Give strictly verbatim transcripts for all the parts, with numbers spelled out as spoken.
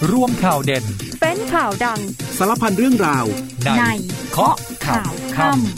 ร่วมข่าวเด่นเป็นข่าวดังสารพันเรื่องราวในเคาะข่าวค่ำ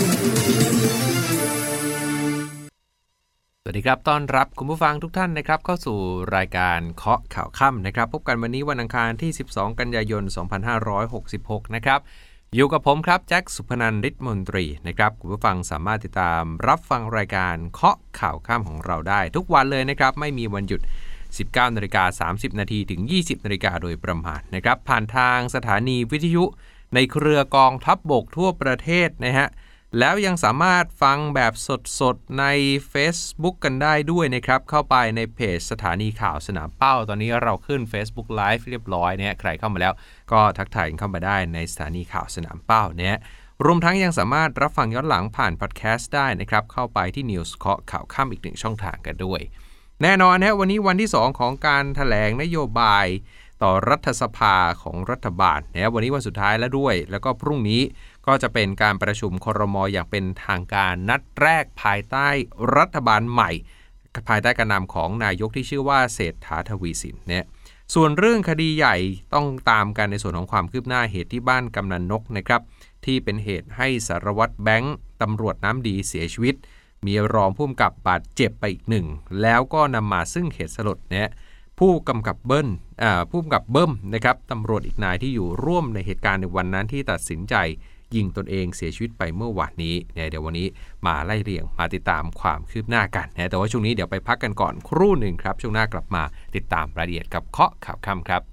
สวัสดีครับต้อนรับคุณผู้ฟังทุกท่านนะครับเข้าสู่รายการเคาะข่าวค่ำนะครับพบกันวันนี้วันอังคารที่สิบสองกันยายนสองพันห้าร้อยหกสิบหกนะครับอยู่กับผมครับแจ็คสุพนันท์ฤทธิ์มนตรีนะครับคุณผู้ฟังสามารถติดตามรับฟังรายการเคาะข่าวค่ำของเราได้ทุกวันเลยนะครับไม่มีวันหยุด สิบเก้านาฬิกาสามสิบนาทีถึงยี่สิบนาฬิกาโดยประมาณนะครับผ่านทางสถานีวิทยุในเครือกองทัพบกทั่วประเทศนะฮะแล้วยังสามารถฟังแบบสดๆใน Facebook กันได้ด้วยนะครับเข้าไปในเพจสถานีข่าวสนามเป้าตอนนี้เราขึ้น Facebook Live เรียบร้อยเนี่ยใครเข้ามาแล้วก็ทักทายเข้ามาได้ในสถานีข่าวสนามเป้าเนี่ยรวมทั้งยังสามารถรับฟังย้อนหลังผ่านพอดแคสต์ได้นะครับเข้าไปที่ News เคาะข่าวค่ำอีกหนึ่งช่องทางกันด้วยแน่นอนนะวันนี้วันที่สองของการแถลงนโยบายต่อรัฐสภาของรัฐบาลนะวันนี้วันสุดท้ายแล้วด้วยแล้วก็พรุ่งนี้ก็จะเป็นการประชุมครม.อย่างเป็นทางการนัดแรกภายใต้รัฐบาลใหม่ภายใต้การนำของนายกที่ชื่อว่าเศรษฐาทวีสินเนี่ยส่วนเรื่องคดีใหญ่ต้องตามกันในส่วนของความคืบหน้าเหตุที่บ้านกำนันนกนะครับที่เป็นเหตุให้สารวัตรแบงค์ตำรวจน้ำดีเสียชีวิตมีรองผู้กำกับบาดเจ็บไปอีกหนึ่งแล้วก็นำมาซึ่งเหตุสลดเนี่ยผู้กำกับเบิ้ลอ่าผู้กำกับเบิ้มนะครับตำรวจอีกนายที่อยู่ร่วมในเหตุการณ์ในวันนั้นที่ตัดสินใจยิงตนเองเสียชีวิตไปเมื่อวานนี้เนี่ยเดี๋ยววันนี้มาไล่เรียงมาติดตามความคืบหน้ากันนะแต่ว่าช่วงนี้เดี๋ยวไปพักกันก่อนครู่หนึ่งครับช่วงหน้ากลับมาติดตามรายละเอียดกับเคาะข่าวค่ำครับ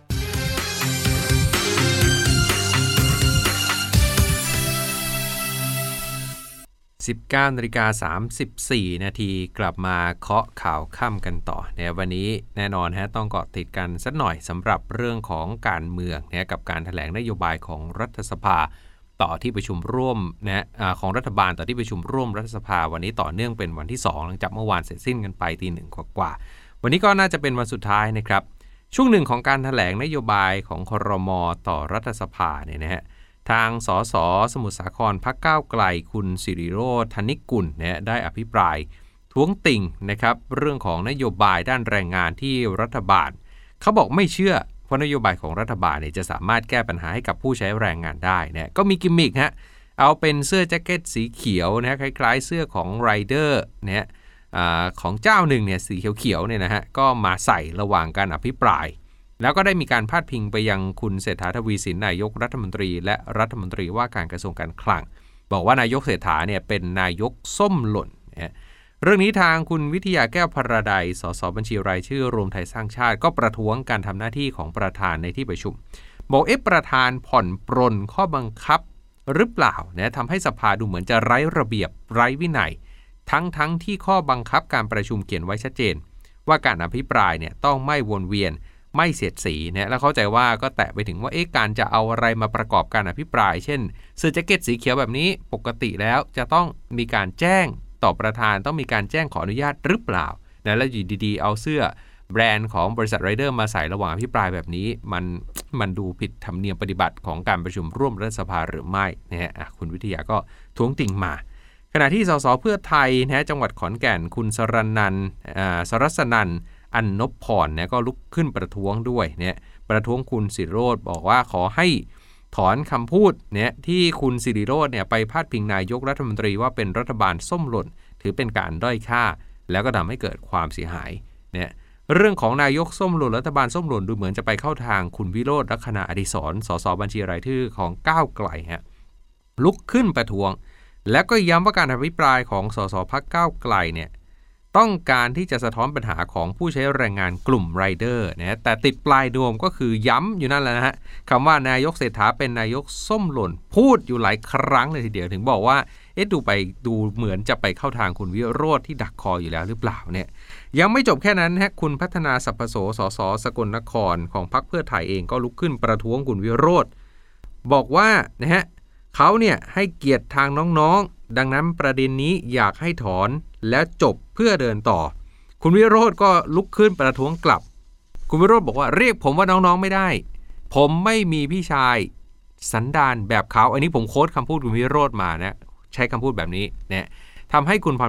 สิบเก้านาฬิกาสามสิบสี่นาทีกลับมาเคาะข่าวค่ำกันต่อในวันนี้แน่นอนฮะต้องเกาะติดกันสักหน่อยสำหรับเรื่องของการเมืองนะกับการแถลงนโยบายของรัฐสภาต่อที่ประชุมร่วมนะของรัฐบาลต่อที่ประชุมร่วมรัฐสภาวันนี้ต่อเนื่องเป็นวันที่สองหลังจากเมื่อวานเสร็จสิ้นกันไปตีหนึ่งกว่าๆวันนี้ก็น่าจะเป็นวันสุดท้ายนะครับช่วงหนึ่งของการแถลงนโยบายของครม.ต่อรัฐสภาเนี่ยนะฮะทางสสสมุทรสาครพรรคก้าวไกลคุณสิริโรจน์ ธนิกุลเนี่ยได้อภิปรายท้วงติ่งนะครับเรื่องของนโยบายด้านแรงงานที่รัฐบาลเขาบอกไม่เชื่อเพราะนโยบายของรัฐบาลเนี่ยจะสามารถแก้ปัญหาให้กับผู้ใช้แรงงานได้นะก็มีกิมมิคฮะเอาเป็นเสื้อแจ็คเก็ตสีเขียวนะคล้ายๆเสื้อของไรเดอร์เนี่ยอาของเจ้าหนึ่งเนี่ยสีเขียวๆเนี่ยนะฮะก็มาใส่ระหว่างการอภิปรายแล้วก็ได้มีการพาดพิงไปยังคุณเศรษฐาทวีสินนายกรัฐมนตรีและรัฐมนตรีว่าการกระทรวงการคลังบอกว่านายกเศรษฐาเนี่ยเป็นนายกส้มหล่นนะเรื่องนี้ทางคุณวิทยาแก้วพราดัยสสบัญชีรายชื่อรวมไทยสร้างชาติก็ประท้วงการทำหน้าที่ของประธานในที่ประชุมบอกเอ๊ะประธานผ่อนปรนข้อบังคับหรือเปล่านะทำให้สภาดูเหมือนจะไร้ระเบียบไร้วินัยทั้งทั้งที่ข้อบังคับการประชุมเขียนไว้ชัดเจนว่าการอภิปรายเนี่ยต้องไม่วนเวียนไม่เสียดสีนะแล้วเข้าใจว่าก็แตะไปถึงว่าเอ๊ะการจะเอาอะไรมาประกอบการอภิปรายเช่นเสื้อแจ็คเก็ตสีเขียวแบบนี้ปกติแล้วจะต้องมีการแจ้งต่อประธานต้องมีการแจ้งขออนุญาตหรือเปล่านะแล้วอยู่ดีๆเอาเสื้อแบรนด์ของบริษัทไรเดอร์มาใส่ระหว่างอภิปรายแบบนี้มันมันดูผิดธรรมเนียมปฏิบัติของการประชุมร่วมรัฐสภาหรือไม่นะฮะคุณวิทยาก็ท้วงติ่งมาขณะที่สสเพื่อไทยนะจังหวัดขอนแก่นคุณสรนันท์อ่าสรัสนันท์อันนพพรเนี่ยก็ลุกขึ้นประท้วงด้วยเนี่ยประท้วงคุณสิริโรจน์บอกว่าขอให้ถอนคำพูดเนี่ยที่คุณสิริโรจน์เนี่ยไปพาดพิงนายกรัฐมนตรีว่าเป็นรัฐบาลส้มหล่นถือเป็นการด้อยค่าแล้วก็ทำให้เกิดความเสียหายเนี่ยเรื่องของนายกส้มหล่นรัฐบาลส้มหล่นดูเหมือนจะไปเข้าทางคุณวิโรจน์ลักษณะอดิศรสสบัญชีรายชื่อของก้าวไกลฮะลุกขึ้นประท้วงแล้วก็ย้ำว่าการอภิปรายของสสพรรคก้าวไกลเนี่ยต้องการที่จะสะท้อนปัญหาของผู้ใช้แรงงานกลุ่มไรเดอร์นะแต่ติดปลายนวมก็คือย้ำอยู่นั่นแหละนะฮะคำว่านายกเศรษฐาเป็นนายกส้มหล่นพูดอยู่หลายครั้งเลยทีเดียวถึงบอกว่าเอ๊ะดูไปดูเหมือนจะไปเข้าทางคุณวิโรจน์ที่ดักคออยู่แล้วหรือเปล่าเนี่ยยังไม่จบแค่นั้นฮะคุณพัฒนาสัพพโสสสสกลนครของพรรคเพื่อไทยเองก็ลุกขึ้นประท้วงคุณวิโรจน์บอกว่านะฮะเขาเนี่ยให้เกียรติทางน้องๆดังนั้นประเด็นนี้อยากให้ถอนแล้วจบเพื่อเดินต่อคุณวิโรจน์ก็ลุกขึ้นประท้วงกลับคุณวิโรจน์บอกว่าเรียกผมว่าน้องๆไม่ได้ผมไม่มีพี่ชายสันดานแบบเขาอันนี้ผมโค้ดคำพูดคุณวิโรจน์มานะใช้คำพูดแบบนี้เนี่ยทำให้คุณพรเพชร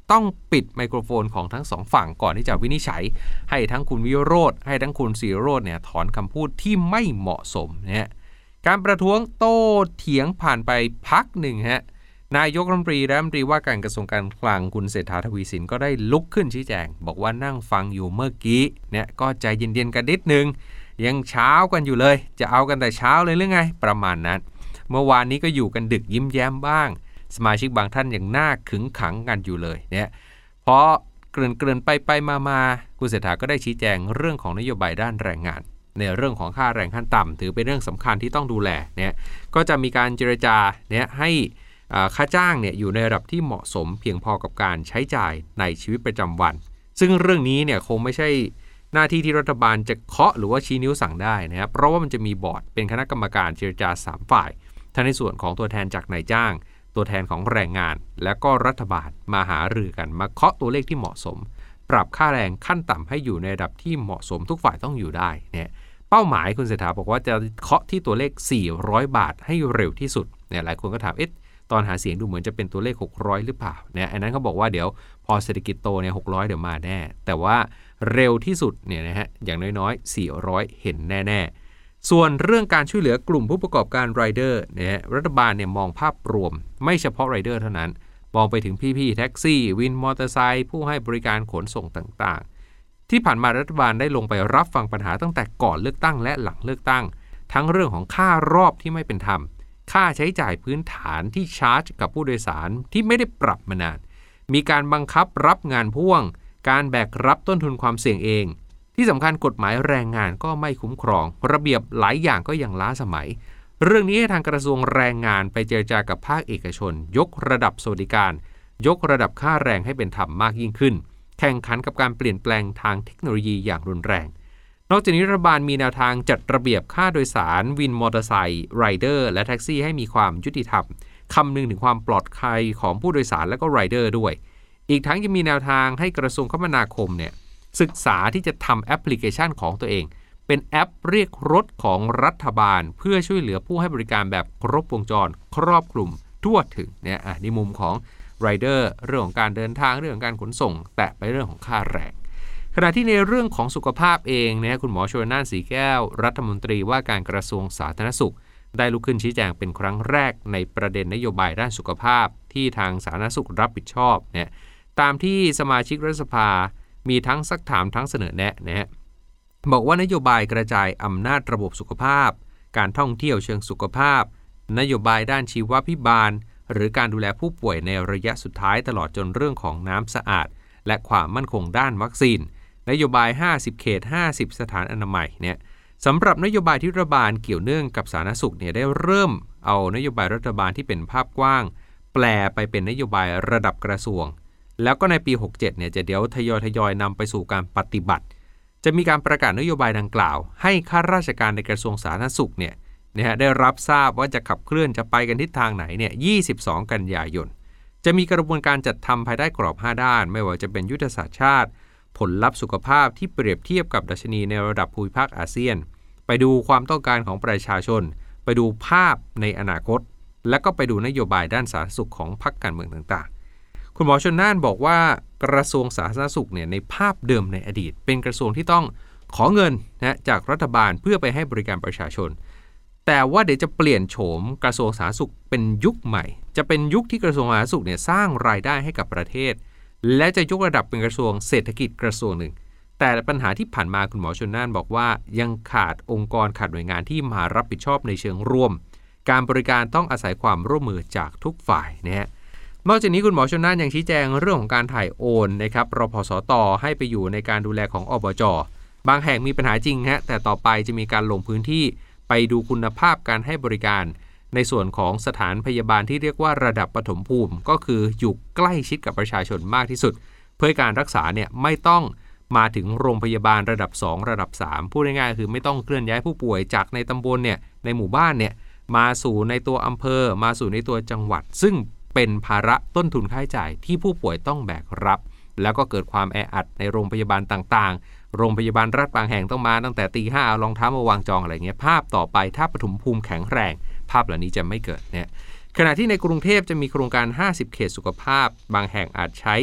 ต้องปิดไมโครโฟนของทั้งสองฝั่งก่อนที่จะวินิจฉัยให้ทั้งคุณวิโรจน์ให้ทั้งคุณศิโรจน์เนี่ยถอนคำพูดที่ไม่เหมาะสมเนี่ยการประท้วงโต้เถียงผ่านไปพักหนึ่งฮะนายกรัฐมนตรีและรัฐมนตรีว่าการกระทรวงการคลังคุณเศรษฐาทวีสินก็ได้ลุกขึ้นชี้แจงบอกว่านั่งฟังอยู่เมื่อกี้เนี่ยก็ใจเย็นๆกันนิดนึงยังเช้ากันอยู่เลยจะเอากันแต่เช้าเลยหรือไงประมาณนั้นเมื่อวานนี้ก็อยู่กันดึกยิ้มแย้มบ้างสมาชิกบางท่านยังหน้าขึงขังกันอยู่เลยเนี่ยพอเกริ่นเกริ่นไปไปมามาคุณเศรษฐาก็ได้ชี้แจงเรื่องของนโยบายด้านแรงงานในเรื่องของค่าแรงขั้นต่ำถือเป็นเรื่องสำคัญที่ต้องดูแลเนี่ยก็จะมีการเจรจาเนี่ยให้ค่าจ้างเนี่ยอยู่ในระดับที่เหมาะสมเพียงพอกับการใช้จ่ายในชีวิตประจำวันซึ่งเรื่องนี้เนี่ยคงไม่ใช่หน้าที่ที่รัฐบาลจะเคาะหรือว่าชี้นิ้วสั่งได้นะครับเพราะว่ามันจะมีบอร์ดเป็นคณะกรรมการเจรจาสามฝ่ายทั้งในส่วนของตัวแทนจากนายจ้างตัวแทนของแรงงานและก็รัฐบาลมาหารือกันมาเคาะตัวเลขที่เหมาะสมปรับค่าแรงขั้นต่ำให้อยู่ในระดับที่เหมาะสมทุกฝ่ายต้องอยู่ได้เนี่ยเป้าหมายคุณเศรษฐาบอกว่าจะเคาะที่ตัวเลขสี่ร้อยบาทให้เร็วที่สุดเนี่ยหลายคนก็ถามเอ๊ะตอนหาเสียงดูเหมือนจะเป็นตัวเลขหกร้อยหรือเปล่าเนี่ยอันนั้นเขาบอกว่าเดี๋ยวพอเศรษฐกิจโตเนี่ยหกร้อยเดี๋ยวมาแน่แต่ว่าเร็วที่สุดเนี่ยนะฮะอย่างน้อยๆสี่ร้อยเห็นแน่ๆส่วนเรื่องการช่วยเหลือกลุ่มผู้ประกอบการไรเดอร์เนี่ยรัฐบาลเนี่ยมองภาพรวมไม่เฉพาะไรเดอร์เท่านั้นมองไปถึงพี่ๆแท็กซี่วินมอเตอร์ไซค์ผู้ให้บริการขนส่งต่างๆที่ผ่านมารัฐบาลได้ลงไปรับฟังปัญหาตั้งแต่ก่อนเลือกตั้งและหลังเลือกตั้งทั้งเรื่องของค่ารอบที่ไม่เป็นธรรมค่าใช้จ่ายพื้นฐานที่ชาร์จกับผู้โดยสารที่ไม่ได้ปรับมานานมีการบังคับรับงานพ่วงการแบกรับต้นทุนความเสี่ยงเองที่สำคัญกฎหมายแรงงานก็ไม่คุ้มครองระเบียบหลายอย่างก็ยังล้าสมัยเรื่องนี้ทางกระทรวงแรงงานไปเจรจากับภาคเอกชนยกระดับสวัสดิการยกระดับค่าแรงให้เป็นธรรมมากยิ่งขึ้นแข่งขันกับการเปลี่ยนแปลงทางเทคโนโลยีอย่างรุนแรงนอกจากนี้รัฐบาลมีแนวทางจัดระเบียบค่าโดยสารวินมอเตอร์ไซค์ไรเดอร์และแท็กซี่ให้มีความยุติธรรมคำนึงถึงความปลอดภัยของผู้โดยสารและก็ไรเดอร์ด้วยอีกทั้งยังมีแนวทางให้กระทรวงคมนาคมเนี่ยศึกษาที่จะทำแอปพลิเคชันของตัวเองเป็นแอปเรียกรถของรัฐบาลเพื่อช่วยเหลือผู้ให้บริการแบบครบวงจรครอบคลุมทั่วถึงเนี่ยอ่ะในมุมของไรเดอร์เรื่องของการเดินทางเรื่องของการขนส่งแตะไปเรื่องของค่าแรงขณะที่ในเรื่องของสุขภาพเองเนี่ยคุณหมอชลน่านสีแก้วรัฐมนตรีว่าการกระทรวงสาธารณสุขได้ลุกขึ้นชี้แจงเป็นครั้งแรกในประเด็นนโยบายด้านสุขภาพที่ทางสาธารณสุขรับผิดชอบเนี่ยตามที่สมาชิกรัฐสภามีทั้งซักถามทั้งเสนอแนะนะฮะบอกว่านโยบายกระจายอำนาจระบบสุขภาพการท่องเที่ยวเชิงสุขภาพนโยบายด้านชีวพิบาลหรือการดูแลผู้ป่วยในระยะสุดท้ายตลอดจนเรื่องของน้ำสะอาดและความมั่นคงด้านวัคซีนนโยบายห้าสิบเขตห้าสิบสถานอนามัยเนี่ยสำหรับนโยบายที่รัฐบาลเกี่ยวเนื่องกับสาธารณสุขเนี่ยได้เริ่มเอานโยบายรัฐบาลที่เป็นภาพกว้างแปลไปเป็นนโยบายระดับกระทรวงแล้วก็ในปีหกสิบเจ็ดเนี่ยจะเดี๋ยวทยอยทยอยนำไปสู่การปฏิบัติจะมีการประกาศนโยบายดังกล่าวให้ข้าราชการในกระทรวงสาธารณสุขเนี่ยนะฮะได้รับทราบว่าจะขับเคลื่อนจะไปกันทิศทางไหนเนี่ยยี่สิบสองกันยายนจะมีกระบวนการจัดทำภายใต้กรอบห้าด้านไม่ว่าจะเป็นยุทธศาสตร์ชาติผลลัพธ์สุขภาพที่เปรียบเทียบกับดัชนีในระดับภูมิภาคอาเซียนไปดูความต้องการของประชาชนไปดูภาพในอนาคตและก็ไปดูนโยบายด้านสาธารณสุขของพรรคการเมืองต่างๆคุณหมอชลน่านบอกว่ากระทรวงสาธารณสุขเนี่ยในภาพเดิมในอดีตเป็นกระทรวงที่ต้องขอเงินนะจากรัฐบาลเพื่อไปให้บริการประชาชนแต่ว่าเดี๋ยวจะเปลี่ยนโฉมกระทรวงสาธารณสุขเป็นยุคใหม่จะเป็นยุคที่กระทรวงสาธารณสุขเนี่ยสร้างรายได้ให้กับประเทศและจะยกระดับเป็นกระทรวงเศรษฐกิจกระทรวงหนึ่งแต่ปัญหาที่ผ่านมาคุณหมอชลน่านบอกว่ายังขาดองค์กรขาดหน่วยงานที่มารับผิดชอบในเชิงร่วมการบริการต้องอาศัยความร่วมมือจากทุกฝ่ายนะฮะนอกจากนี้คุณหมอชลน่านยังชี้แจงเรื่องของการถ่ายโอนนะครับรพสต.ให้ไปอยู่ในการดูแลของอบจ.บางแห่งมีปัญหาจริงฮะแต่ต่อไปจะมีการลงพื้นที่ไปดูคุณภาพการให้บริการในส่วนของสถานพยาบาลที่เรียกว่าระดับปฐมภูมิก็คืออยู่ใกล้ชิดกับประชาชนมากที่สุดเพื่อการรักษาเนี่ยไม่ต้องมาถึงโรงพยาบาลระดับสองระดับสามพูดง่ายๆคือไม่ต้องเคลื่อนย้ายผู้ป่วยจากในตำบลเนี่ยในหมู่บ้านเนี่ยมาสู่ในตัวอำเภอมาสู่ในตัวจังหวัดซึ่งเป็นภาระต้นทุนค่าใช้จ่ายที่ผู้ป่วยต้องแบกรับแล้วก็เกิดความแออัดในโรงพยาบาลต่างๆโรงพยาบาลรัฐบางแห่งต้องมาตั้งแต่ตีห้าเอารองเท้ามาวางจองอะไรเงี้ยภาพต่อไปถ้าปฐมภูมิแข็งแรงภาพเหล่านี้จะไม่เกิดเนี่ยขณะที่ในกรุงเทพจะมีโครงการห้าสิบเขตสุขภาพบางแห่งอาจใช้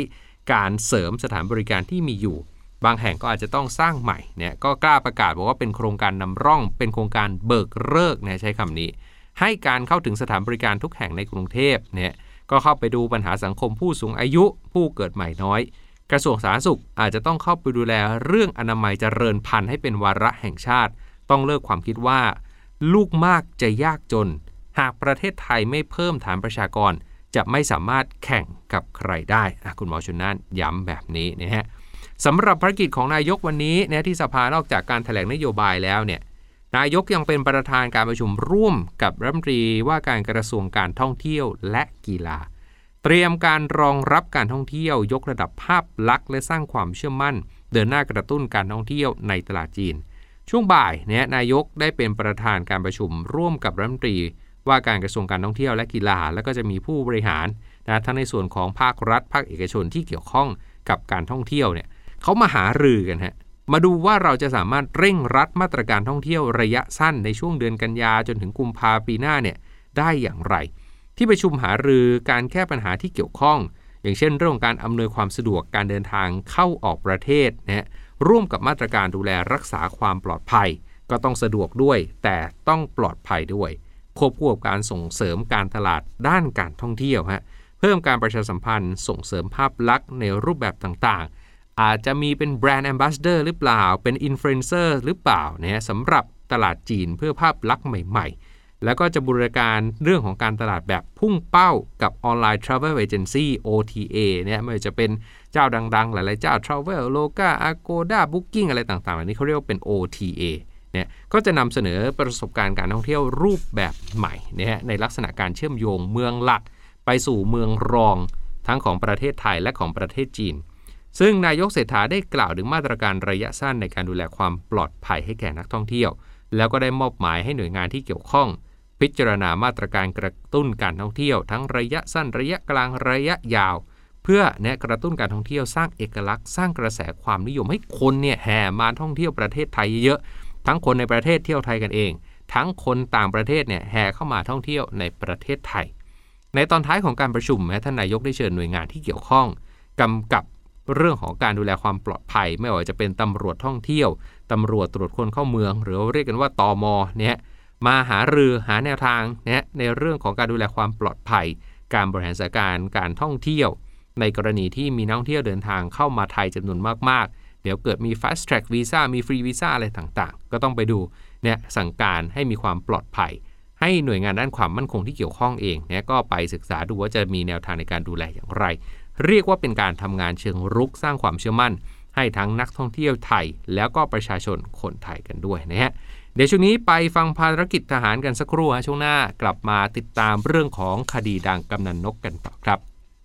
การเสริมสถานบริการที่มีอยู่บางแห่งก็อาจจะต้องสร้างใหม่เนี่ยก็กล้าประกาศบอกว่าเป็นโครงการนำร่องเป็นโครงการเบิกเลิกเนี่ยใช้คำนี้ให้การเข้าถึงสถานบริการทุกแห่งในกรุงเทพเนี่ยก็เข้าไปดูปัญหาสังคมผู้สูงอายุผู้เกิดใหม่น้อยกระทรวงสาธารณสุขอาจจะต้องเข้าไปดูแลเรื่องอนามัยเจริญพันธุ์ให้เป็นวาระแห่งชาติต้องเลิกความคิดว่าลูกมากจะยากจนหากประเทศไทยไม่เพิ่มฐานประชากรจะไม่สามารถแข่งกับใครได้คุณหมอชลน่านย้ำแบบนี้นะฮะสำหรับภารกิจของนายกวันนี้เนี่ยที่สภานอกจากการแถลงนโยบายแล้วเนี่ยนายกยังเป็นประธานการประชุมร่วมกับรัฐมนตรีว่าการกระทรวงการท่องเที่ยวและกีฬาเตรียมการรองรับการท่องเที่ยวยกระดับภาพลักษณ์และสร้างความเชื่อมั่นเดินหน้ากระตุ้นการท่องเที่ยวในตลาดจีนช่วงบ่ายเนี่ยนายกได้เป็นประธานการประชุมร่วมกับรัฐมนตรีว่าการกระทรวงการท่องเที่ยวและกีฬาแล้วก็จะมีผู้บริหารนะทั้งในส่วนของภาครัฐภาคเอกชนที่เกี่ยวข้องกับการท่องเที่ยวเนี่ยเขามาหารือกันฮะมาดูว่าเราจะสามารถเร่งรัดมาตรการท่องเที่ยวระยะสั้นในช่วงเดือนกันยาจนถึงกุมภาพันธ์ปีหน้าเนี่ยได้อย่างไรที่ประชุมหารือการแก้ปัญหาที่เกี่ยวข้องอย่างเช่นเรื่องการอำนวยความสะดวกการเดินทางเข้าออกประเทศนะร่วมกับมาตรการดูแลรักษาความปลอดภัยก็ต้องสะดวกด้วยแต่ต้องปลอดภัยด้วยควบคู่กับการส่งเสริมการตลาดด้านการท่องเที่ยวฮะเพิ่มการประชาสัมพันธ์ส่งเสริมภาพลักษณ์ในรูปแบบต่างๆอาจจะมีเป็นแบรนด์แอมบาสเดอร์หรือเปล่าเป็นอินฟลูเอนเซอร์หรือเปล่าเนี่ยสำหรับตลาดจีนเพื่อภาพลักษณ์ใหม่ๆแล้วก็จะบูรณาการเรื่องของการตลาดแบบพุ่งเป้ากับออนไลน์ Travel Agency โอ ที เอ เนี่ยไม่ว่าจะเป็นเจ้าดังๆหลายๆเจ้า Traveloka Agoda Booking อะไรต่างๆเหล่านี้เขาเรียกว่าเป็น โอ ที เอ เนี่ยก็จะนำเสนอประสบการณ์การท่องเที่ยวรูปแบบใหม่เนี่ยในลักษณะการเชื่อมโยงเมืองหลักไปสู่เมืองรองทั้งของประเทศไทยและของประเทศจีนซึ่งนายกเศรษฐาได้กล่าวถึงมาตรการระยะสั้นในการดูแลความปลอดภัยให้แก่นักท่องเที่ยวแล้วก็ได้มอบหมายให้หน่วยงานที่เกี่ยวข้องพิจารณามาตรการกระตุ้นการท่องเที่ยวทั้งระยะสั้นระยะกลางระยะยาวเพื่อแนะกระตุ้นการท่องเที่ยวสร้างเอกลักษณ์สร้างกระแสความนิยมให้คนเนี่ยแห่มาท่องเที่ยวประเทศไทยเยอะๆทั้งคนในประเทศเที่ยวไทยกันเองทั้งคนต่างประเทศเนี่ยแห่เข้ามาท่องเที่ยวในประเทศไทยในตอนท้ายของการประชุมท่านนายกได้เชิญหน่วยงานที่เกี่ยวข้องกำกับเรื่องของการดูแลความปลอดภัยไม่ว่าจะเป็นตำรวจท่องเที่ยวตำรวจตรวจคนเข้าเมืองหรือเรียกกันว่าตม.เนี่ยมาหารือหาแนวทางเนี่ยในเรื่องของการดูแลความปลอดภัยการบริหารจัดการการท่องเที่ยวในกรณีที่มีนักท่องเที่ยวเดินทางเข้ามาไทยจำนวนมากๆเดี๋ยวเกิดมี fast track visa มี free visa อะไรต่างๆก็ต้องไปดูเนี่ยสั่งการให้มีความปลอดภัยให้หน่วยงานด้านความมั่นคงที่เกี่ยวข้องเองเนี่ยก็ไปศึกษาดูว่าจะมีแนวทางในการดูแลอย่างไรเรียกว่าเป็นการทำงานเชิงรุกสร้างความเชื่อมั่นให้ทั้งนักท่องเที่ยวไทยแล้วก็ประชาชนคนไทยกันด้วยนะฮะเดี๋ยวช่วงนี้ไปฟังภารกิจทหารกันสักครู่ฮะช่วงหน้ากลับมาติดตามเรื่องของคดีดังกำนันนกกันต่อครับ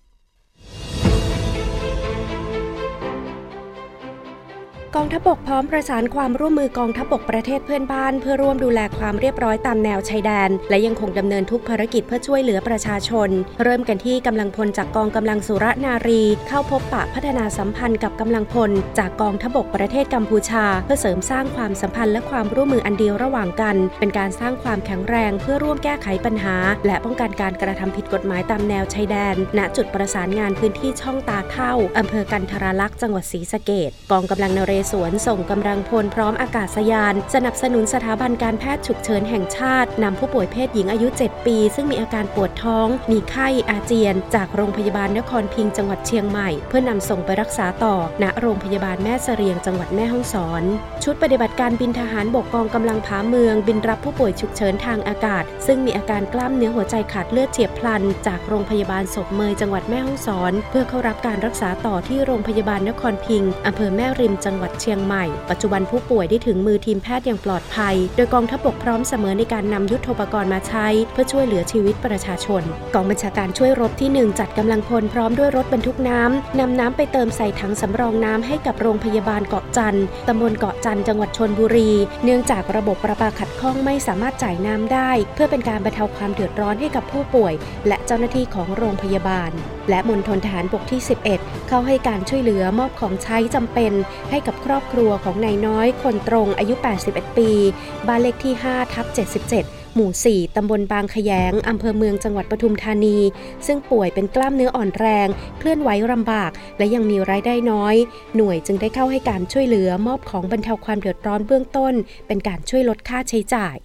กองทัพบกพร้อมประสานความร่วมมือกองทัพบกประเทศเพื่อนบ้านเพื่อร่วมดูแลความเรียบร้อยตามแนวชายแดนและยังคงดำเนินทุกภารกิจเพื่อช่วยเหลือประชาชนเริ่มกันที่กำลังพลจากกองกำลังสุรนารีเข้าพบปะพัฒนาสัมพันธ์กับกำลังพลจากกองทัพบกประเทศกัมพูชาเพื่อเสริมสร้างความสัมพันธ์และความร่วมมืออันเดียวระหว่างกันเป็นการสร้างความแข็งแรงเพื่อร่วมแก้ไขปัญหาและป้องกันการกระทำผิดกฎหมายตามแนวชายแดนณจุดประสานงานพื้นที่ช่องตาเข้าอำเภอกันทราลักษณ์จังหวัดศรีสะเกษกองกำลังนเรศวรส่งกำลังพลพร้อมอากาศยานสนับสนุนสถาบันการแพทย์ฉุกเฉินแห่งชาตินำผู้ป่วยเพศหญิงอายุเจ็ดปีซึ่งมีอาการปวดท้องมีไข้อาเจียนจากโรงพยาบาลนครพิงค์จังหวัดเชียงใหม่เพื่อนำส่งไปรักษาต่อณโรงพยาบาลแม่เสรียงจังหวัดแม่ฮ่องสอนชุดปฏิบัติการบินทหารบกกองกำลังผาเมืองบินรับผู้ป่วยฉุกเฉินทางอากาศซึ่งมีอาการกล้ามเนื้อหัวใจขาดเลือดเฉียบพลันจากโรงพยาบาลศพเมยจังหวัดแม่ฮ่องสอนเพื่อเข้ารับการรักษาต่อที่โรงพยาบาลนครพิงค์อำเภอแม่ริมจังหวัดเชียงใหม่ปัจจุบันผู้ป่วยได้ถึงมือทีมแพทย์อย่างปลอดภัยโดยกองทัพบกพร้อมเสมอในการนำยุทโธปกรณ์มาใช้เพื่อช่วยเหลือชีวิตประชาชนกองบัญชาการช่วยรบที่หนึ่งจัดกำลังพลพร้อมด้วยรถบรรทุกน้ำนำน้ำไปเติมใส่ถังสำรองน้ำให้กับโรงพยาบาลเกาะจันทร์ตำบลเกาะจันทร์จังหวัดชลบุรีเนื่องจากระบบประปาขัดข้องไม่สามารถจ่ายน้ำได้เพื่อเป็นการบรรเทาความเดือดร้อนให้กับผู้ป่วยและเจ้าหน้าที่ของโรงพยาบาลและมณฑลทหารบกที่สิบเอ็ดเข้าให้การช่วยเหลือมอบของใช้จำเป็นให้กับครอบครัวของนายน้อยคนตรงอายุแปดสิบเอ็ดปีบ้านเลขที่ห้าทับเจ็ดสิบเจ็ดหหมู่สี่ตำบลบางขยงอำเภอเมืองจังหวัดปทุมธานีซึ่งป่วยเป็นกล้ามเนื้ออ่อนแรงเคลื่อนไหวลำบากและยังมีรายได้น้อยหน่วยจึงได้เข้าให้การช่วยเหลือมอบของบรรเทาความเดือดร้อนเบื้องต้นเป็นการช่วยลดค่าใช้จ่าย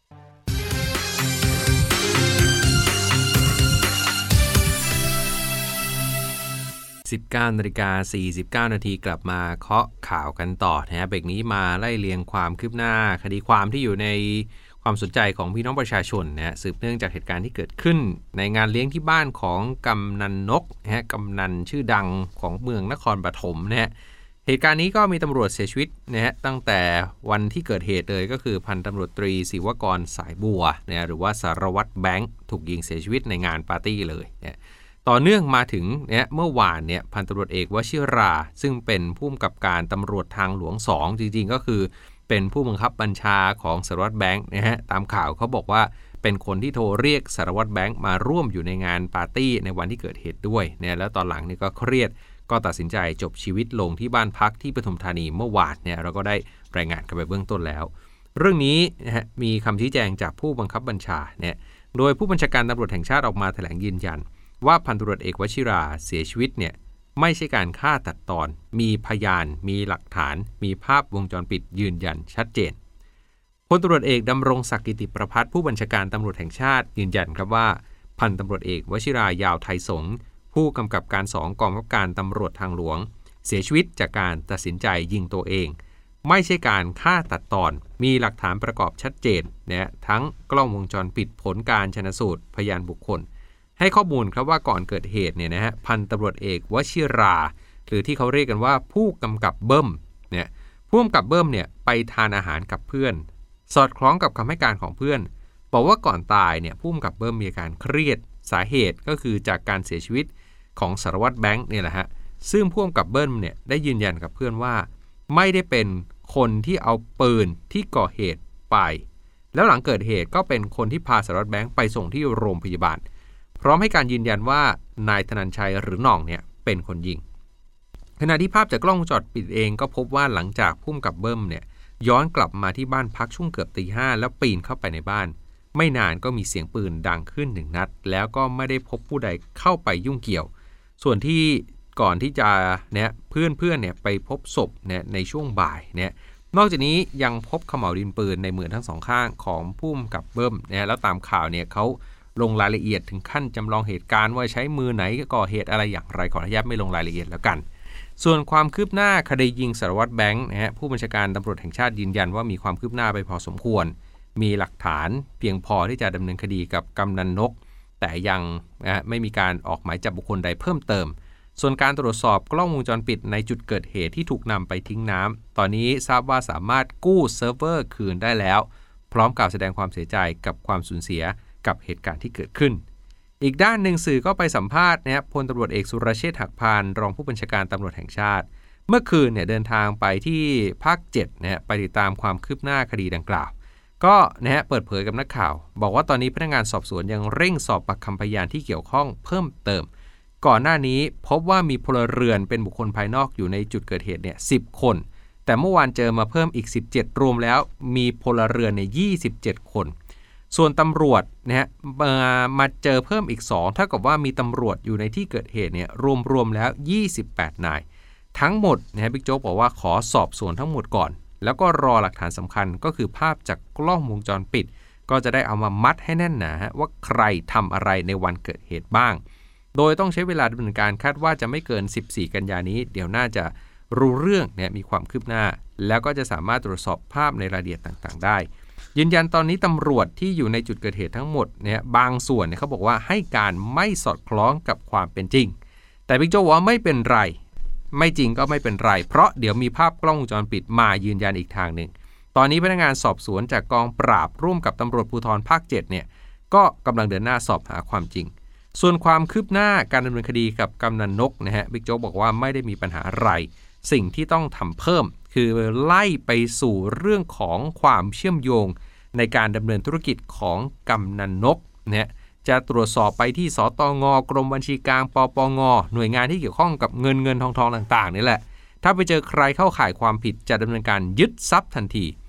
สิบเก้านาฬิกาสี่สิบเก้านาทีกลับมาเคาะข่าวกันต่อนะฮะเบรกนี้มาไล่เรียงความคืบหน้าคดีความที่อยู่ในความสนใจของพี่น้องประชาชนนะฮะสืบเนื่องจากเหตุการณ์ที่เกิดขึ้นในงานเลี้ยงที่บ้านของกำนันนกนะฮะกำนันชื่อดังของเมืองนครปฐมนะฮะเหตุการณ์นี้ก็มีตำรวจเสียชีวิตนะฮะตั้งแต่วันที่เกิดเหตุเลยก็คือพันตำรวจตรีศิวกรสายบัวนะหรือว่าสารวัตรแบงค์ถูกยิงเสียชีวิตในงานปาร์ตี้เลยนะต่อเนื่องมาถึงเนี่ยเมื่อวานเนี่ยพันตำรวจเอกวชิราซึ่งเป็นผู้กำกับการตำรวจทางหลวงสองจริงๆก็คือเป็นผู้บังคับบัญชาของสารวัตรแบงค์นะฮะตามข่าวเขาบอกว่าเป็นคนที่โทรเรียกสารวัตรแบงค์มาร่วมอยู่ในงานปาร์ตี้ในวันที่เกิดเหตุด้วยเนี่ยแล้วตอนหลังนี่ก็เครียดก็ตัดสินใจจบชีวิตลงที่บ้านพักที่ปทุมธานีเมื่อวานเนี่ยเราก็ได้รายงานกันไปเบื้องต้นแล้วเรื่องนี้นะฮะมีคำชี้แจงจากผู้บังคับบัญชาเนี่ยโดยผู้บัญชาการตำรวจแห่งชาติออกมาแถลงยืนยันว่าพันตำรวจเอกวชิราเสียชีวิตเนี่ยไม่ใช่การฆ่าตัดตอนมีพยานมีหลักฐานมีภาพวงจรปิดยืนยันชัดเจนพลตำรวจเอกดำรงศักดิ์กิติประภัสผู้บัญชาการตำรวจแห่งชาติยืนยันครับว่าพันตำรวจเอกวชิรายาวไทยสงฆ์ผู้กำกับการสองกองบังคับการตำรวจทางหลวงเสียชีวิตจากการตัดสินใจยิงตัวเองไม่ใช่การฆ่าตัดตอนมีหลักฐานประกอบชัดเจนนะทั้งกล้องวงจรปิดผลการชันสูตรพยานบุคคลให้ข้อมูลครับว่าก่อนเกิดเหตุเนี่ยนะฮะพันตำรวจเอกวชิราหรือที่เขาเรียกกันว่าผู้กำกับเบิ้มเนี่ยผู้กำกับเบิ้มเนี่ยไปทานอาหารกับเพื่อนสอดคล้องกับคำให้การของเพื่อนบอกว่าก่อนตายเนี่ยผู้กำกับเบิ้มมีอาการเครียดสาเหตุก็คือจากการเสียชีวิตของสารวัตรแบงค์เนี่ยแหละฮะซึ่งผู้กำกับเบิ้มเนี่ยได้ยืนยันกับเพื่อนว่าไม่ได้เป็นคนที่เอาปืนที่ก่อเหตุไปแล้วหลังเกิดเหตุก็เป็นคนที่พาสารวัตรแบงค์ไปส่งที่โรงพยาบาลพร้อมให้การยืนยันว่านายธนัญชัยหรือหน่องเนี่ยเป็นคนยิงขณะที่ภาพจากกล้องวงจรปิดเองก็พบว่าหลังจากผู้กำกับเบิ้มเนี่ยย้อนกลับมาที่บ้านพักช่วงเกือบตีห้าแล้วปีนเข้าไปในบ้านไม่นานก็มีเสียงปืนดังขึ้นหนึ่งนัดแล้วก็ไม่ได้พบผู้ใดเข้าไปยุ่งเกี่ยวส่วนที่ก่อนที่จะเนี่ยเพื่อนเพื่อนเนี่ยไปพบศพเนี่ยในช่วงบ่ายเนี่ยนอกจากนี้ยังพบเขม่าวดินปืนในมือทั้งสองข้างของผู้กำกับเบิ้มเนี่ยแล้วตามข่าวเนี่ยเขาลงรายละเอียดถึงขั้นจำลองเหตุการณ์ว่าใช้มือไหนก่อเหตุอะไรอย่างไรขออนุญาตไม่ลงรายละเอียดแล้วกันส่วนความคืบหน้าคดียิงสารวัตรแบงค์นะฮะผู้บัญชาการตำรวจแห่งชาติยืนยันว่ามีความคืบหน้าไปพอสมควรมีหลักฐานเพียงพอที่จะดำเนินคดีกับกำนันนกแต่ยังนะไม่มีการออกหมายจับบุคคลใดเพิ่มเติมส่วนการตรวจสอบกล้องวงจรปิดในจุดเกิดเหตุที่ถูกนำไปทิ้งน้ำตอนนี้ทราบว่าสามารถกู้เซิร์ฟเวอร์คืนได้แล้วพร้อมกล่าวแสดงความเสียใจกับความสูญเสียกับเหตุการณ์ที่เกิดขึ้นอีกด้านหนึ่งสื่อก็ไปสัมภาษณ์นะครับพลตำรวจเอกสุรเชษฐ์หักพานรองผู้บัญชาการตำรวจแห่งชาติเมื่อคืนเนี่ยเดินทางไปที่ภาคเจ็ดนะฮะไปติดตามความคืบหน้าคดีดังกล่าวก็นะฮะเปิดเผยกับนักข่าวบอกว่าตอนนี้พนักงานสอบสวนยังเร่งสอบปากคำพยานที่เกี่ยวข้องเพิ่มเติมก่อนหน้านี้พบว่ามีพลเรือนเป็นบุคคลภายนอกอยู่ในจุดเกิดเหตุเนี่ยสิบคนแต่เมื่อวานเจอมาเพิ่มอีกสิบเจ็ดรวมแล้วมีพลเรือนเนี่ยยี่สิบเจ็ดคนส่วนตำรวจนะฮะมามาเจอเพิ่มอีกสองเท่ากับว่ามีตำรวจอยู่ในที่เกิดเหตุเนี่ยรวมๆแล้วยี่สิบแปดนายทั้งหมดนะฮะบิ๊กโจ๊กบอกว่าขอสอบสวนทั้งหมดก่อนแล้วก็รอหลักฐานสำคัญก็คือภาพจากกล้องวงจรปิดก็จะได้เอามามัดให้แน่นหนาว่าใครทำอะไรในวันเกิดเหตุบ้างโดยต้องใช้เวลาดำเนินการคาดว่าจะไม่เกินสิบสี่กันยายนนี้เดี๋ยวน่าจะรู้เรื่องเนี่ยมีความคืบหน้าแล้วก็จะสามารถตรวจสอบภาพในรายละเอียดต่างๆได้ยืนยันตอนนี้ตำรวจที่อยู่ในจุดเกิดเหตุทั้งหมดเนี่ยบางส่วนเนี่ยเขาบอกว่าให้การไม่สอดคล้องกับความเป็นจริงแต่บิ๊กโจ๊กว่าไม่เป็นไรไม่จริงก็ไม่เป็นไรเพราะเดี๋ยวมีภาพกล้องวงจรปิดมายืนยันอีกทางหนึ่งตอนนี้พนักงานสอบสวนจากกองปราบร่วมกับตำรวจภูธรภาคเจ็ดเนี่ยก็กำลังเดินหน้าสอบหาความจริงส่วนความคืบหน้าการดำเนินคดีกับกำนันนกนะฮะบิ๊กโจ๊กบอกว่าไม่ได้มีปัญหาอะไรสิ่งที่ต้องทำเพิ่มคือไล่ไปสู่เรื่องของความเชื่อมโยงในการดำเนินธุรกิจของกำนันนกเนี่ยจะตรวจสอบไปที่สตง.กรมบัญชีกลางปปง.หน่วยงานที่เกี่ยวข้องกับเงินเงินทองทองต่างๆนี่แหละถ้าไปเจอใครเข้าข่ายความผิดจะดำเนินการยึดทรัพย์ทันที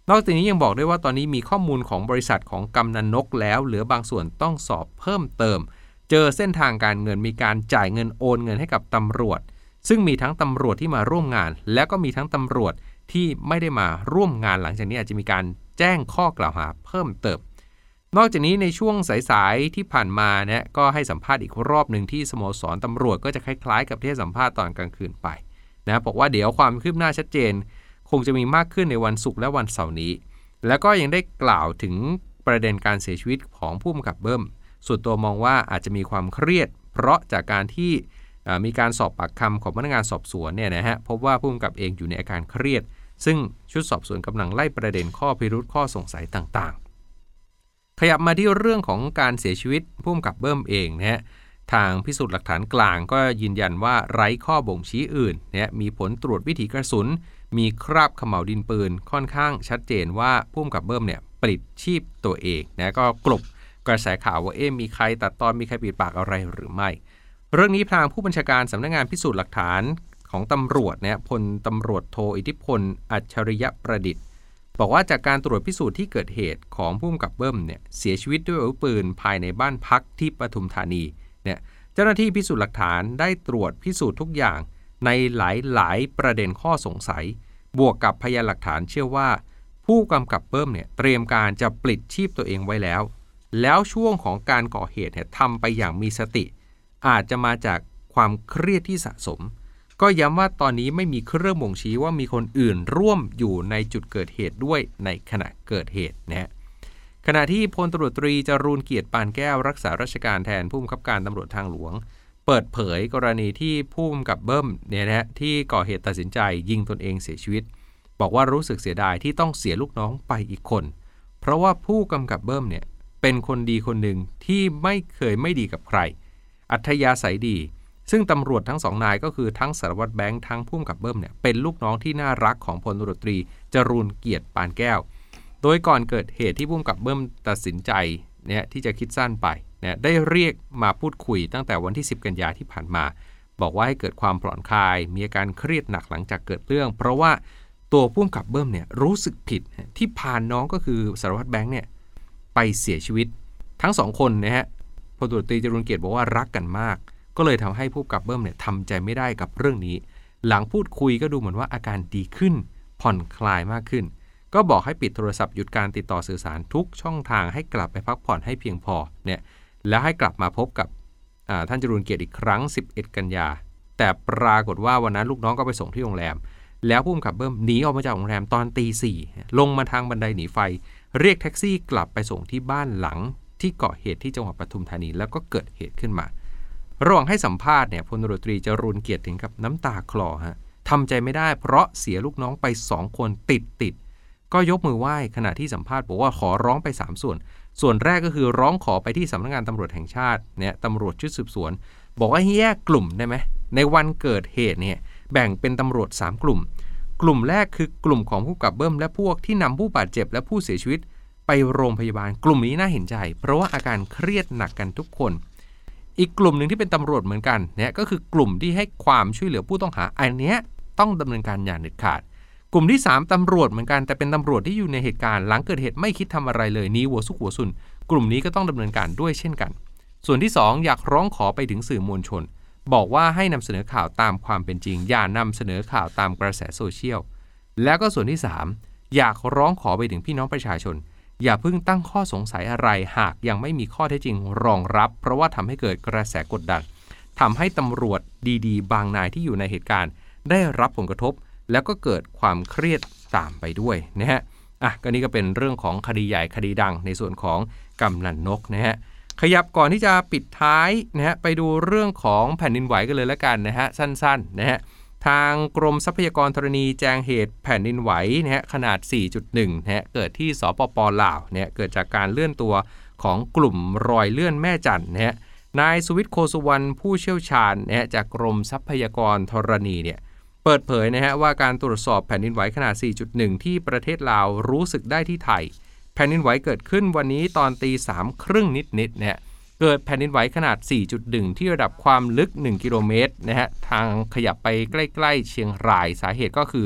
นอกจากนี้ยังบอกด้วยว่าตอนนี้มีข้อมูลของบริษัทของกำนันนกแล้วเหลือบางส่วนต้องสอบเพิ่มเติมเจอเส้นทางการเงินมีการจ่ายเงินโอนเงินให้กับตำรวจซึ่งมีทั้งตำรวจที่มาร่วมงานและก็มีทั้งตำรวจที่ไม่ได้มาร่วมงานหลังจากนี้อาจจะมีการแจ้งข้อกล่าวหาเพิ่มเติมนอกจากนี้ในช่วงสายๆที่ผ่านมาเนี่ยก็ให้สัมภาษณ์อีกรอบหนึ่งที่สโมสรตำรวจก็จะคล้ายๆกับที่สัมภาษณ์ตอนกลางคืนไปนะบอกว่าเดี๋ยวความคืบหน้าชัดเจนคงจะมีมากขึ้นในวันศุกร์และวันเสาร์นี้แล้วก็ยังได้กล่าวถึงประเด็นการเสียชีวิตของผู้กำกับเบิ้มส่วนตัวมองว่าอาจจะมีความเครียดเพราะจากการที่มีการสอบปากคำของพนักงานสอบสวนเนี่ยนะฮะพบว่าผู้กำกับเองอยู่ในอาการเครียดซึ่งชุดสอบสวนกำลังไล่ประเด็นข้อพิรุธข้อสงสัยต่างๆขยับมาที่เรื่องของการเสียชีวิตผู้กำกับเบิ้มเองนะฮะทางพิสูจน์หลักฐานกลางก็ยืนยันว่าไร้ข้อบ่งชี้อื่นเนี่ยมีผลตรวจวิถีกระสุนมีคราบเขม่าวดินปืนค่อนข้างชัดเจนว่าผู้กำกับเบิ้มเนี่ยปลิดชีพตัวเองนะก็กลบกระแสข่าวว่าเอ๊ะมีใครตัดตอนมีใครปิดปากอะไรหรือไม่เรื่องนี้ทางผู้บัญชาการสำนักงานพิสูจน์หลักฐานของตำรวจเนี่ยพลตำรวจโทอิทธิพลอัจฉริยประดิษฐ์บอกว่าจากการตรวจพิสูจน์ที่เกิดเหตุของผู้กำกับเบิ้มเนี่ยเสียชีวิตด้วยอาวุธปืนภายในบ้านพักที่ปทุมธานีเนี่ยเจ้าหน้าที่พิสูจน์หลักฐานได้ตรวจพิสูจน์ทุกอย่างในหลายๆประเด็นข้อสงสัยบวกกับพยานหลักฐานเชื่อว่าผู้กำกับเบิ้มเนี่ยเตรียมการจะปลิดชีพตัวเองไว้แล้วแล้วช่วงของการก่อเหตุเนี่ยทำไปอย่างมีสติอาจจะมาจากความเครียดที่สะสมก็ย้ำว่าตอนนี้ไม่มีเครื่องบ่งชี้ว่ามีคนอื่นร่วมอยู่ในจุดเกิดเหตุด้วยในขณะเกิดเหตุนะฮะขณะที่พลตำรวจตรีจรูญเกียรติปานแก้วรักษาราชการแทนผู้บังคับการตำรวจทางหลวงเปิดเผยกรณีที่ผู้กำกับเบิ้มเนี่ยนะฮะที่ก่อเหตุตัดสินใจยิงตนเองเสียชีวิตบอกว่ารู้สึกเสียดายที่ต้องเสียลูกน้องไปอีกคนเพราะว่าผู้กำกับเบิ้มเนี่ยเป็นคนดีคนหนึ่งที่ไม่เคยไม่ดีกับใครอัธยาศัยดีซึ่งตำรวจทั้งสองนายก็คือทั้งสารวัตรแบงค์ทั้งผู้กำกับเบิ้มเนี่ยเป็นลูกน้องที่น่ารักของพลตำรวจตรีจรูญเกียรติปานแก้วโดยก่อนเกิดเหตุที่ผู้กำกับเบิ้มตัดสินใจเนี่ยที่จะคิดสั้นไปเนี่ยได้เรียกมาพูดคุยตั้งแต่วันที่สิบกันยายนที่ผ่านมาบอกว่าให้เกิดความผ่อนคลายมีอาการเครียดหนักหลังจากเกิดเรื่องเพราะว่าตัวผู้กำกับเบิ้มเนี่ยรู้สึกผิดที่พาน้องก็คือสารวัตรแบงค์เนี่ยไปเสียชีวิตทั้งสองคนนะฮะพลตำรวจตรีจรูญเกียรติบอกว่ารักกันมากก็เลยทำให้ผู้กำกับเบิ้มเนี่ยทำใจไม่ได้กับเรื่องนี้หลังพูดคุยก็ดูเหมือนว่าอาการดีขึ้นผ่อนคลายมากขึ้นก็บอกให้ปิดโทรศัพท์หยุดการติดต่อสื่อสารทุกช่องทางให้กลับไปพักผ่อนให้เพียงพอเนี่ยแล้วให้กลับมาพบกับท่านจรูญเกียรติอีกครั้งสิบเอ็ดกันยาแต่ปรากฏว่าวันนั้นลูกน้องก็ไปส่งที่โรงแรมแล้วผู้กำกับเบิ้มหนีออกมาจากโรงแรมตอนตีสี่ลงมาทางบันไดหนีไฟเรียกแท็กซี่กลับไปส่งที่บ้านหลังที่เกาะเหตุที่จังหวัดปทุมธานีแล้วก็เกิดเหตุขึ้นมาระหว่างให้สัมภาษณ์เนี่ยพลตำรวจตรีจรูญเกียรติถึงกับน้ำตาคลอฮะทำใจไม่ได้เพราะเสียลูกน้องไปสองคนติดติดก็ยกมือไหว้ขณะที่สัมภาษณ์บอกว่าขอร้องไปสามส่วนส่วนแรกก็คือร้องขอไปที่สำนักงานตำรวจแห่งชาติเนี่ยตำรวจชุดสืบสวนบอกว่าให้แยกกลุ่มได้ไหมในวันเกิดเหตุเนี่ยแบ่งเป็นตำรวจสามกลุ่มกลุ่มแรกคือกลุ่มของผู้กำกับเบิ้มและพวกที่นำผู้บาดเจ็บและผู้เสียชีวิตไปโรงพยาบาลกลุ่มนี้น่าเห็นใจเพราะว่าอาการเครียดหนักกันทุกคนอีกกลุ่มหนึ่งที่เป็นตำรวจเหมือนกันเนี่ยก็คือกลุ่มที่ให้ความช่วยเหลือผู้ต้องหาอันเนี้ยต้องดำเนินการอย่างเด็ดขาดกลุ่มที่สามตำรวจเหมือนกันแต่เป็นตำรวจที่อยู่ในเหตุการณ์หลังเกิดเหตุไม่คิดทำอะไรเลยหนีหัวซุกหัวซุนกลุ่มนี้ก็ต้องดำเนินการด้วยเช่นกันส่วนที่สองอยากร้องขอไปถึงสื่อมวลชนบอกว่าให้นำเสนอข่าวตามความเป็นจริงอย่านำเสนอข่าวตามกระแสโซเชียลแล้วก็ส่วนที่สามอยากร้องขอไปถึงพี่น้องประชาชนอย่าเพิ่งตั้งข้อสงสัยอะไรหากยังไม่มีข้อเท็จจริงรองรับเพราะว่าทำให้เกิดกระแสกดดันทำให้ตำรวจดีๆบางนายที่อยู่ในเหตุการณ์ได้รับผลกระทบแล้วก็เกิดความเครียดตามไปด้วยนะฮะอ่ะก็นี่ก็เป็นเรื่องของคดีใหญ่คดีดังในส่วนของกำนันนกนะฮะขยับก่อนที่จะปิดท้ายนะฮะไปดูเรื่องของแผ่นดินไหวกันเลยละกันนะฮะสั้นๆนะฮะทางกรมทรัพยากรธรณีแจ้งเหตุแผ่นดินไหวนะฮะขนาด สี่จุดหนึ่ง นะฮะเกิดที่สปป.ลาวเนี่ยเกิดจากการเลื่อนตัวของกลุ่มรอยเลื่อนแม่จันนะฮะนายสุวิทย์โคสุวรรณผู้เชี่ยวชาญนะฮะจากกรมทรัพยากรธรณีเนี่ยเปิดเผยนะฮะว่าการตรวจสอบแผ่นดินไหวขนาด สี่จุดหนึ่ง ที่ประเทศลาวรู้สึกได้ที่ไทยแผ่นดินไหวเกิดขึ้นวันนี้ตอนตีสามครึ่งนิดๆนะฮะเกิดแผ่นดินไหวขนาด สี่จุดหนึ่ง ที่ระดับความลึกหนึ่งกิโลเมตรนะฮะทางขยับไปใกล้ๆเชียงรายสาเหตุก็คือ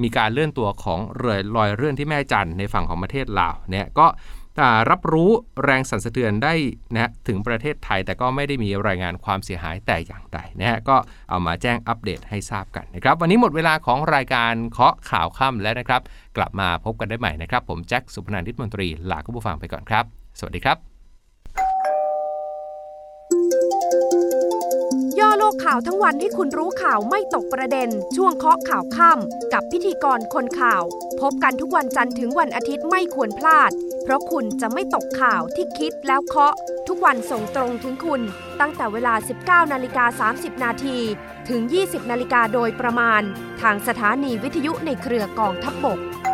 มีการเลื่อนตัวของเรือลอยเลื่อนที่แม่จันทร์ในฝั่งของประเทศลาวเนี่ยก็รับรู้แรงสั่นสะเทือนได้นะถึงประเทศไทยแต่ก็ไม่ได้มีรายงานความเสียหายแต่อย่างใดนะฮะก็เอามาแจ้งอัปเดตให้ทราบกันนะครับวันนี้หมดเวลาของรายการเคาะข่าวค่ำแล้วนะครับกลับมาพบกันได้ใหม่นะครับผมแจ็คสุพนันท์ นิตมนตรีลาคุณผู้ฟังไปก่อนครับสวัสดีครับย่อโลกข่าวทั้งวันให้คุณรู้ข่าวไม่ตกประเด็นช่วงเคาะข่าวค่ำกับพิธีกรคนข่าวพบกันทุกวันจันทร์ถึงวันอาทิตย์ไม่ควรพลาดเพราะคุณจะไม่ตกข่าวที่คิดแล้วเคาะทุกวันส่งตรงถึงคุณตั้งแต่เวลา สิบเก้านาฬิกาสามสิบนาทีถึง ยี่สิบนาฬิกาโดยประมาณทางสถานีวิทยุในเครือกองทัพบก